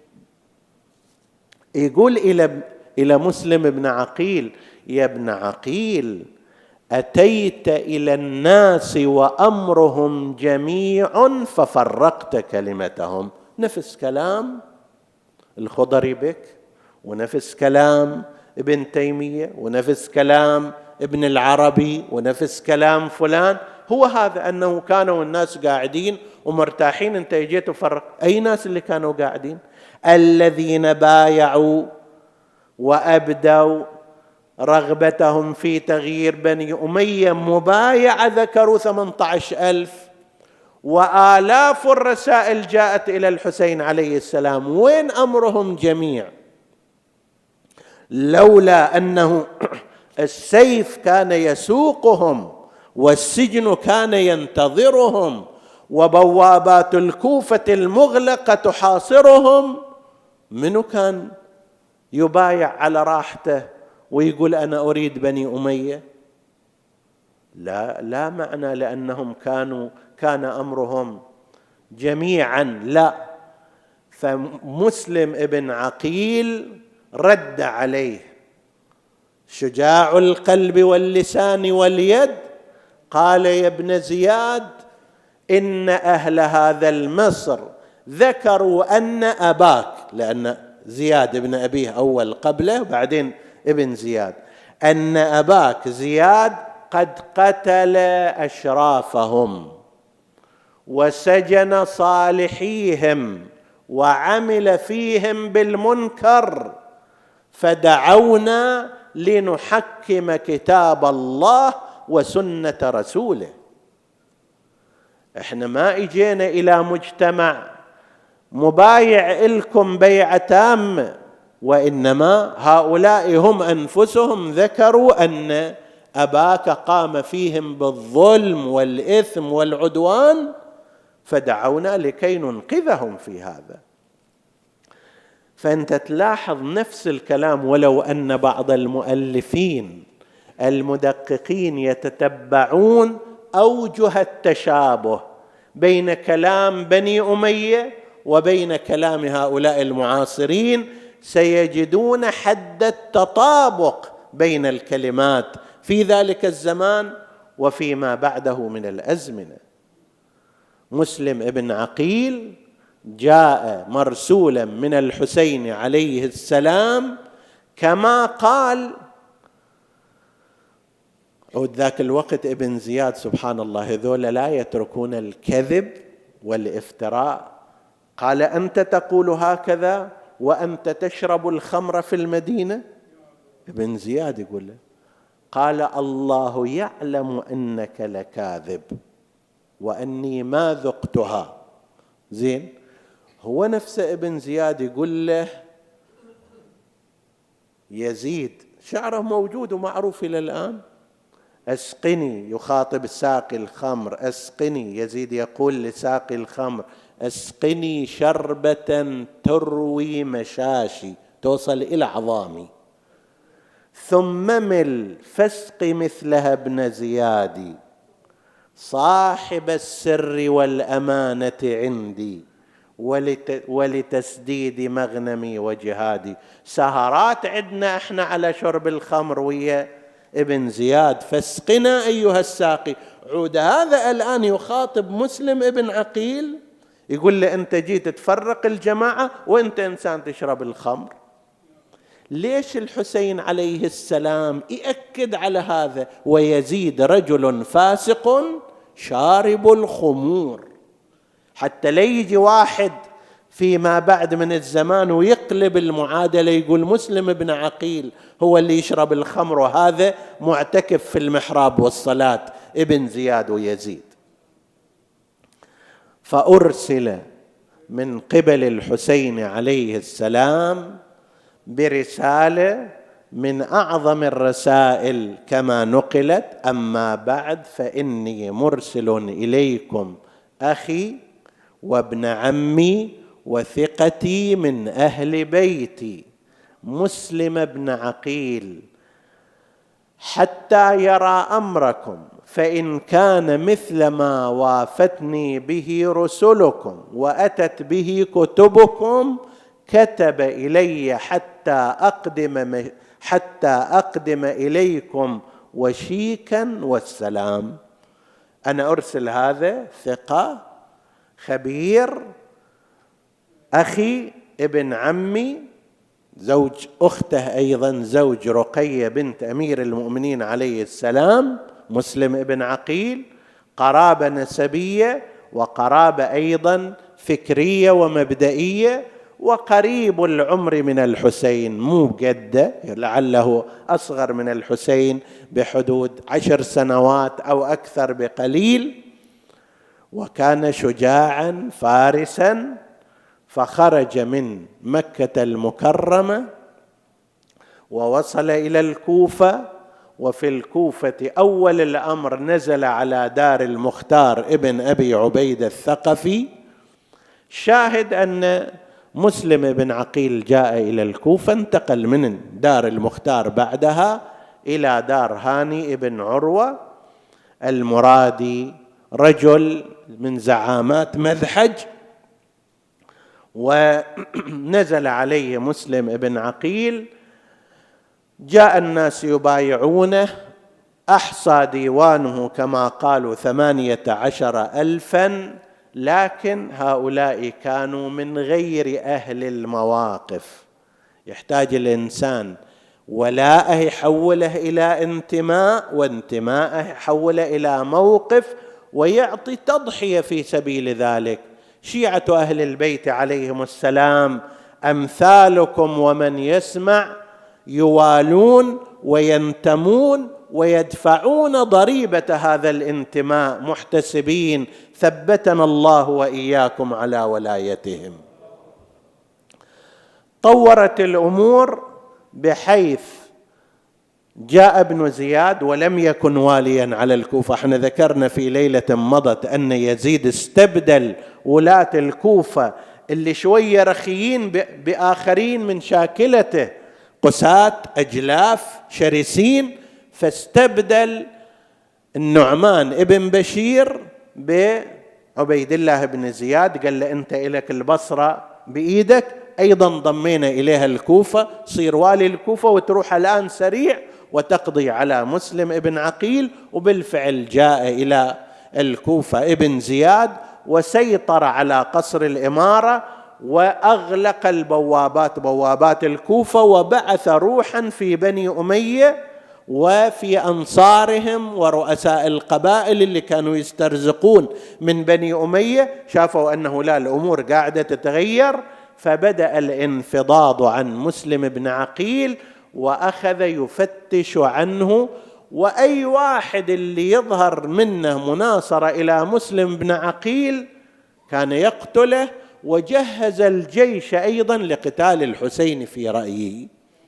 يقول إلى إلى مسلم بن عقيل يا ابن عقيل أتيت إلى الناس وأمرهم جميع ففرقت كلمتهم. نفس كلام الخضري بك، ونفس كلام ابن تيمية، ونفس كلام ابن العربي، ونفس كلام فلان. هو هذا، أنه كانوا الناس قاعدين ومرتاحين، أنت جيت وفرق. أي ناس اللي كانوا قاعدين؟ الذين بايعوا وأبدوا رغبتهم في تغيير بني أمية مبايعة، ذكروا ثمانية عشر ألف، وآلاف الرسائل جاءت إلى الحسين عليه السلام. وين أمرهم جميع؟ لولا أنه السيف كان يسوقهم، والسجن كان ينتظرهم، وبوابات الكوفة المغلقة تحاصرهم، منو كان يبايع على راحته ويقول أنا أريد بني أمية؟ لا لا معنى لأنهم كانوا كان أمرهم جميعا، لا. فمسلم ابن عقيل رد عليه شجاع القلب واللسان واليد، قال: يا ابن زياد، إن أهل هذا المصر ذكروا أن أباك، لأن زياد ابن أبيه أول قبله بعدين ابن زياد، أن أباك زياد قد قتل أشرافهم وسجن صالحيهم وعمل فيهم بالمنكر، فدعونا لنحكم كتاب الله وسنة رسوله. احنا ما اجينا الى مجتمع مبايع لكم بيعة تامة، وإنما هؤلاء هم أنفسهم ذكروا أن أباك قام فيهم بالظلم والإثم والعدوان، فدعونا لكي ننقذهم في هذا. فأنت تلاحظ نفس الكلام، ولو أن بعض المؤلفين المدققين يتتبعون أوجه التشابه بين كلام بني أمية وبين كلام هؤلاء المعاصرين، سيجدون حد التطابق بين الكلمات في ذلك الزمان وفيما بعده من الأزمنة. مسلم ابن عقيل جاء مرسولا من الحسين عليه السلام كما قال. عود ذاك الوقت ابن زياد سبحان الله هذول لا يتركون الكذب والافتراء. قال: أنت تقول هكذا وأنت تشرب الخمر في المدينة؟ ابن زياد يقول له، قال: الله يعلم أنك لكاذب وأني ما ذقتها. زين، هو نفسه ابن زياد يقول له يزيد، شعره موجود ومعروف إلى الآن، أسقني، يخاطب ساقي الخمر، أسقني. يزيد يقول لساقي الخمر: أسقني شربة تروي مشاشي، توصل إلى عظامي، ثم مل فاسق مثلها ابن زياد، صاحب السر والأمانة عندي، ولتسديد مغنمي وجهادي. سهرات عندنا احنا على شرب الخمر ويا ابن زياد، فاسقنا أيها الساقي. عود هذا الآن يخاطب مسلم ابن عقيل، يقول له أنت جيت تفرق الجماعة وأنت إنسان تشرب الخمر. ليش الحسين عليه السلام يأكد على هذا؟ ويزيد رجل فاسق شارب الخمور، حتى لا يجي واحد فيما بعد من الزمان ويقلب المعادلة يقول مسلم ابن عقيل هو اللي يشرب الخمر وهذا معتكف في المحراب والصلاة، ابن زياد ويزيد. فأرسل من قبل الحسين عليه السلام برسالة من أعظم الرسائل كما نقلت: أما بعد فإني مرسل إليكم أخي وابن عمي وثقتي من أهل بيتي مسلم بن عقيل، حتى يرى أمركم، فإن كان مثل ما وافتني به رسلكم وأتت به كتبكم كتب إلي حتى أقدم حتى أقدم إليكم وشيكا والسلام. أنا أرسل هذا ثقة خبير أخي ابن عمي زوج أخته أيضا زوج رقية بنت أمير المؤمنين عليه السلام مسلم ابن عقيل، قرابة نسبية وقرابة أيضا فكرية ومبدئية، وقريب العمر من الحسين، مو جده، لعله أصغر من الحسين بحدود عشر سنوات أو أكثر بقليل. وكان شجاعا فارسا، فخرج من مكة المكرمة ووصل إلى الكوفة، وفي الكوفة أول الأمر نزل على دار المختار ابن أبي عبيد الثقفي. شاهد أن مسلم بن عقيل جاء إلى الكوفة، انتقل من دار المختار بعدها إلى دار هاني بن عروة المرادي، رجل من زعامات مذحج، ونزل عليه مسلم بن عقيل. جاء الناس يبايعونه، أحصى ديوانه كما قالوا ثمانية عشر ألفا، لكن هؤلاء كانوا من غير أهل المواقف. يحتاج الإنسان ولاءه يحوله إلى انتماء، وانتماءه يحوله إلى موقف، ويعطي تضحية في سبيل ذلك. شيعة أهل البيت عليهم السلام أمثالكم ومن يسمع يوالون وينتمون ويدفعون ضريبة هذا الانتماء محتسبين ثبتنا الله وإياكم على ولايتهم. طورت الأمور بحيث جاء ابن زياد ولم يكن واليا على الكوفة. احنا ذكرنا في ليلة مضت أن يزيد استبدل ولاة الكوفة اللي شوية رخيين بآخرين من شاكلته، قساة أجلاف شرسين، فاستبدل النعمان ابن بشير بعبيد الله بن زياد. قال له أنت إليك البصرة بإيدك، أيضا ضمينا إليها الكوفة، صير والي الكوفة وتروح الآن سريع وتقضي على مسلم ابن عقيل. وبالفعل جاء إلى الكوفة ابن زياد وسيطر على قصر الإمارة، وأغلق البوابات، بوابات الكوفة، وبعث روحا في بني أمية وفي أنصارهم ورؤساء القبائل اللي كانوا يسترزقون من بني أمية. شافوا أنه لا، الأمور قاعدة تتغير، فبدأ الانفضاض عن مسلم بن عقيل وأخذ يفتش عنه، وأي واحد اللي يظهر منه مناصرة إلى مسلم بن عقيل كان يقتله، وجهز الجيش أيضا لقتال الحسين في رأيه.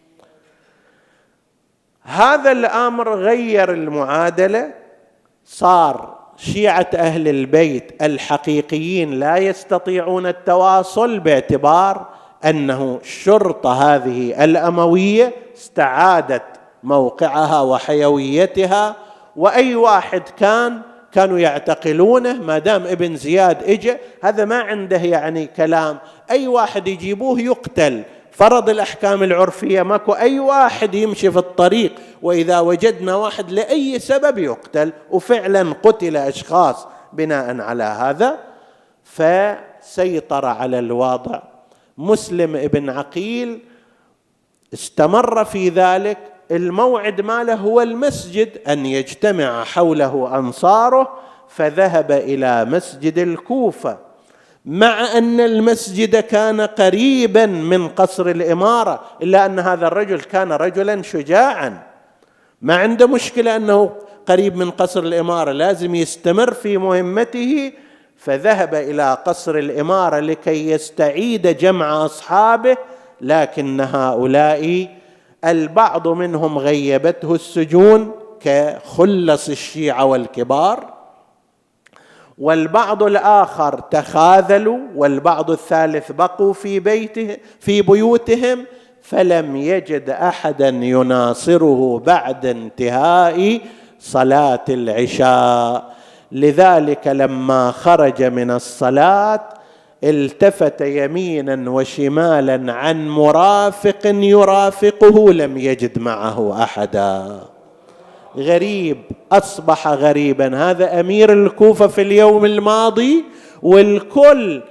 هذا الأمر غير المعادلة، صار شيعة أهل البيت الحقيقيين لا يستطيعون التواصل، باعتبار أنه الشرطة هذه الأموية استعادت موقعها وحيويتها، وأي واحد كان كانوا يعتقلونه ما دام ابن زياد اجى، هذا ما عنده يعني كلام، أي واحد يجيبوه يقتل، فرض الأحكام العرفية ماكو، أي واحد يمشي في الطريق وإذا وجدنا واحد لأي سبب يقتل، وفعلا قتل أشخاص بناء على هذا. فسيطر على الوضع مسلم ابن عقيل، استمر في ذلك. الموعد ماله هو المسجد، أن يجتمع حوله أنصاره، فذهب إلى مسجد الكوفة، مع أن المسجد كان قريبا من قصر الإمارة، إلا أن هذا الرجل كان رجلا شجاعا، ما عنده مشكلة أنه قريب من قصر الإمارة، لازم يستمر في مهمته. فذهب إلى قصر الإمارة لكي يستعيد جمع أصحابه، لكن هؤلاء البعض منهم غيبته السجون كخلص الشيعة والكبار، والبعض الآخر تخاذلوا، والبعض الثالث بقوا في بيته في بيوتهم، فلم يجد أحدا يناصره بعد انتهاء صلاة العشاء. لذلك لما خرج من الصلاة التفت يمينا وشمالا عن مرافق يرافقه، لم يجد معه أحدا. غريب، أصبح غريبا. هذا أمير الكوفة في اليوم الماضي، والكل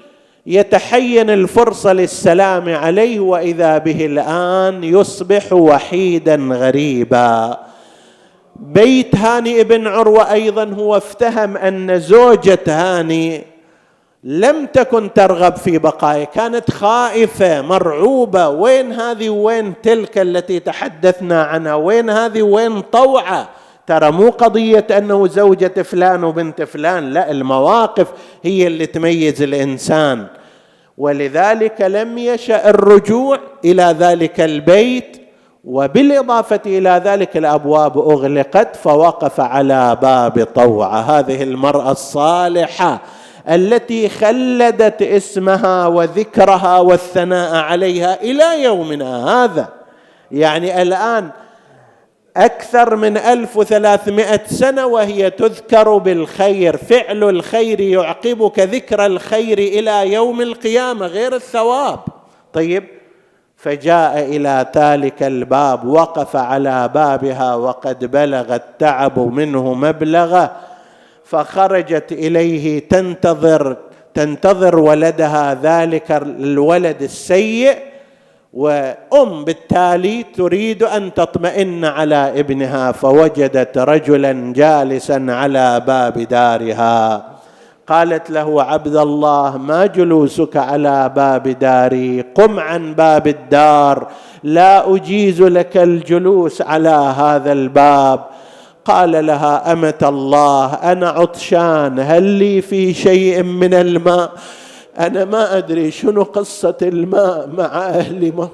يتحين الفرصة للسلام عليه، وإذا به الآن يصبح وحيدا غريبا. بيت هاني بن عروة أيضا هو افتهم أن زوجة هاني لم تكن ترغب في بقائه، كانت خائفة مرعوبة، وين هذه وين تلك التي تحدثنا عنها، وين هذه وين طوعة. ترى مو قضية أنه زوجة فلان وبنت فلان، لا، المواقف هي اللي تميز الإنسان. ولذلك لم يشأ الرجوع إلى ذلك البيت، وبالإضافة إلى ذلك الأبواب أغلقت، فوقف على باب طوعة، هذه المرأة الصالحة التي خلدت اسمها وذكرها والثناء عليها إلى يومنا هذا. يعني الآن أكثر من ألف وثلاثمائة سنة وهي تذكر بالخير، فعل الخير يعقبك ذكر الخير إلى يوم القيامة غير الثواب. طيب، فجاء إلى ذلك الباب، وقف على بابها وقد بلغ التعب منه مبلغه، فخرجت إليه تنتظر تنتظر ولدها ذلك الولد السيء، وأم بالتالي تريد أن تطمئن على ابنها، فوجدت رجلا جالسا على باب دارها. قالت له: عبد الله، ما جلوسك على باب داري؟ قم عن باب الدار، لا أجيز لك الجلوس على هذا الباب. قال لها: أمة الله، أنا عطشان، هل لي في شيء من الماء؟ أنا ما أدري شنو قصة الماء مع أهل ما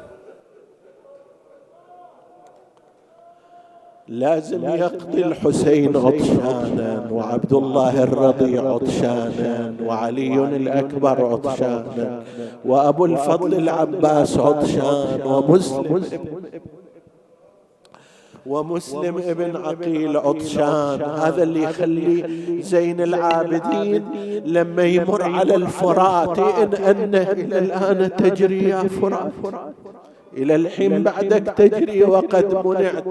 لازم يقضي الحسين عطشانا، وعبد الله الرضيع عطشانا، وعلي الأكبر عطشانا، وأبو الفضل العباس عطشان، ومسلم ومسلم ابن عقيل عطشان. هذا اللي يخلي زين العابدين لما يمر على الفرات إن أنه إلى الآن تجري يا فرات، إلى الحين بعدك تجري وقد منعت.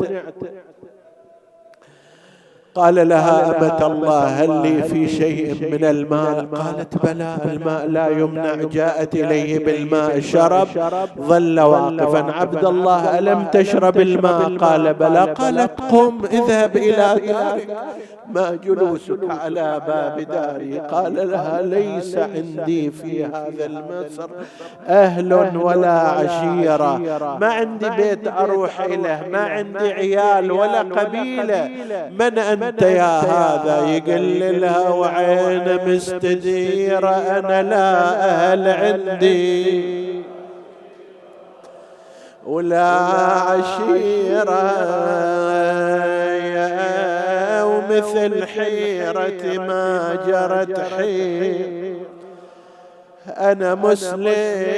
قال لها: أمة الله، هل لي في شيء من الماء؟ قالت: بلى، الماء لا يمنع. جاءت إليه بالماء، شرب، ظل واقفا. عبد الله، ألم تشرب الماء؟ قال: بلى. قالت: قم اذهب إلى دارك، ما جلوسك على باب داري؟ قال لها: ليس عندي في هذا المصر أهل ولا عشيرة، ما عندي بيت أروح إليه، ما عندي عيال ولا قبيلة، من أنت يا هذا؟ يقل لها: وعين مستديرة، أنا لا أهل عندي ولا عشيرة، ومثل حيرتي ما جرت حير. أنا مسلم،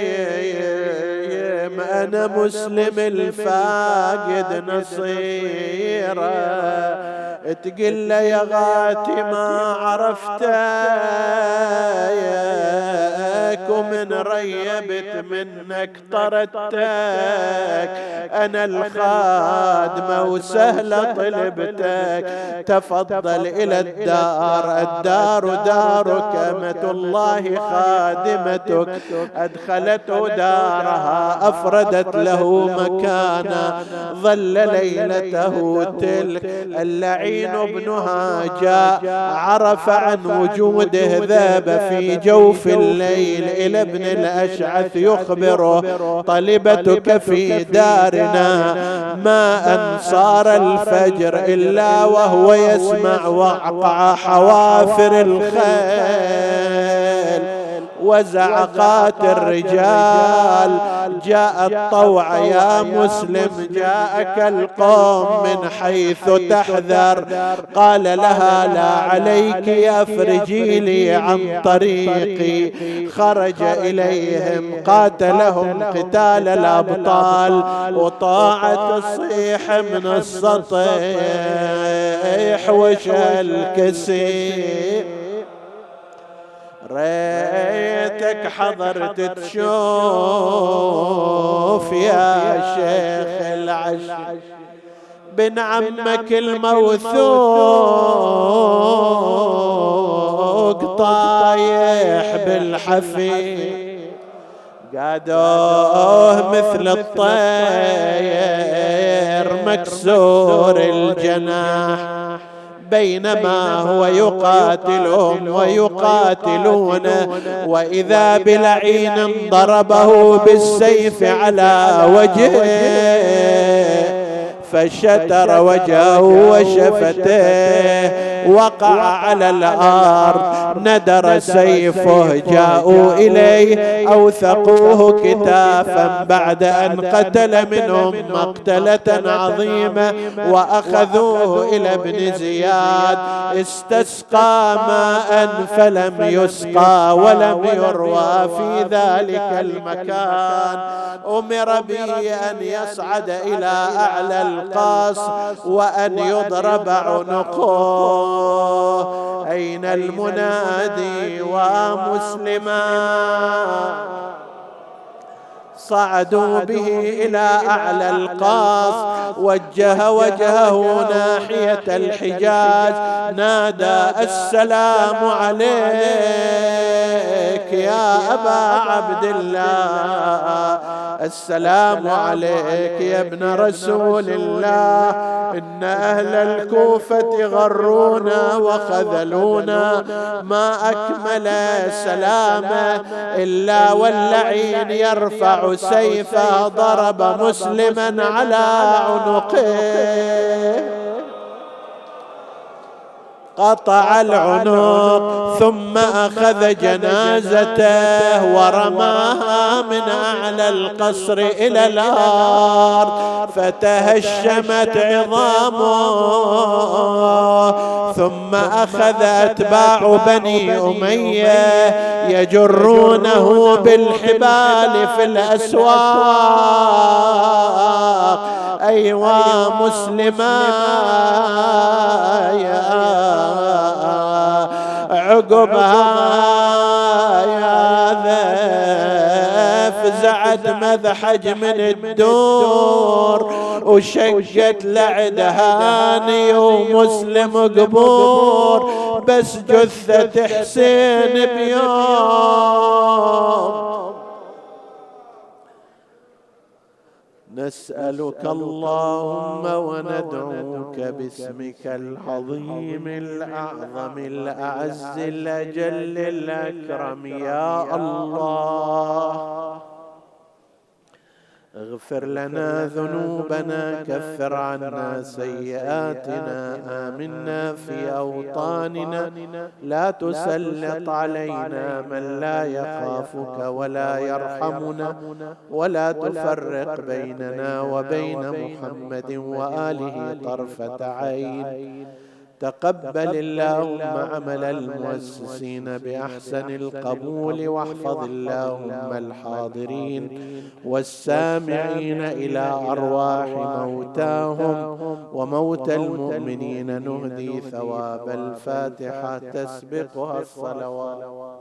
أنا مسلم الفاقد نصيرة، تقل يا غاتي ما عرفتك، ومن ريبت منك طردتك، أنا الخادمة وسهلة طلبتك، تفضل إلى الدار، الدار دارك، أمة الله خادمتك. أدخلته دارها، أفردت له مكانا، ظل ليلته تلك. اللعين ابنها جاء، عرف عن وجوده، ذاب في جوف الليل إلى ابن الأشعث يخبره: طلبتك في دارنا، ما أن صار الفجر إلا وهو يسمع وقع حوافر الخيل وزعقات الرجال. جاء الطوع يا مسلم، جاءك القوم من حيث تحذر. قال لها: لا عليك، أفرجي لي عن طريقي. خرج إليهم، قاتلهم قتال الأبطال، وطاعت الصيح من السطيح وشال الكسير. ريتك حضرت تشوف يا شيخ العش بن عمك الموثوق فوق طايح بالحفي، قادوه مثل الطير مكسور الجناح، بينما هو يقاتلهم ويقاتلونه، وإذا بلعين ضربه بالسيف على وجهه فشتر وجهه وشفته، وقع على الأرض، ندر سيفه، جاءوا إليه أوثقوه كتافا بعد أن قتل منهم مقتلة عظيمة، وأخذوه إلى ابن زياد، استسقى ماء فلم يسقى ولم يروى في ذلك المكان، أمر به أن يصعد إلى أعلى القاص وأن يضرب عنقه. أين المنادي ومسلما؟ صعدوا به إلى أعلى القاص، وجه وجهه ناحية الحجاز، نادى السلام عليك يا أبا عبد الله، السلام عليك يا ابن رسول الله، إن أهل الكوفة غرونا وخذلونا، ما أكمل سلامه إلا واللعين يرفع سيفه، ضرب مسلما على عنقه، قطع العنق، ثم أخذ جنازته ورماها من أعلى القصر إلى الأرض، فتهشمت عظامه. ثم أخذ أتباع بني أمية يجرونه بالحبال في الأسواق، أيوا مسلما يا عقبها يا ذا فزعت مذحج من الدور، وشقت لعد هاني ومسلم قبور، بس جثة حسين بيوم. نسألك اللهم وندعوك باسمك العظيم الأعظم الأعز الأجل الأكرم يا الله، اغفر لنا ذنوبنا، كفر عنا سيئاتنا، آمنا في أوطاننا، لا تسلط علينا من لا يخافك ولا يرحمنا، ولا تفرق بيننا وبين محمد وآله طرفة عين. تقبل اللهم عمل المؤسسين بأحسن القبول، واحفظ اللهم الحاضرين والسامعين إلى أرواح موتاهم وموتى المؤمنين، نهدي ثواب الفاتحة تسبقها الصلوات.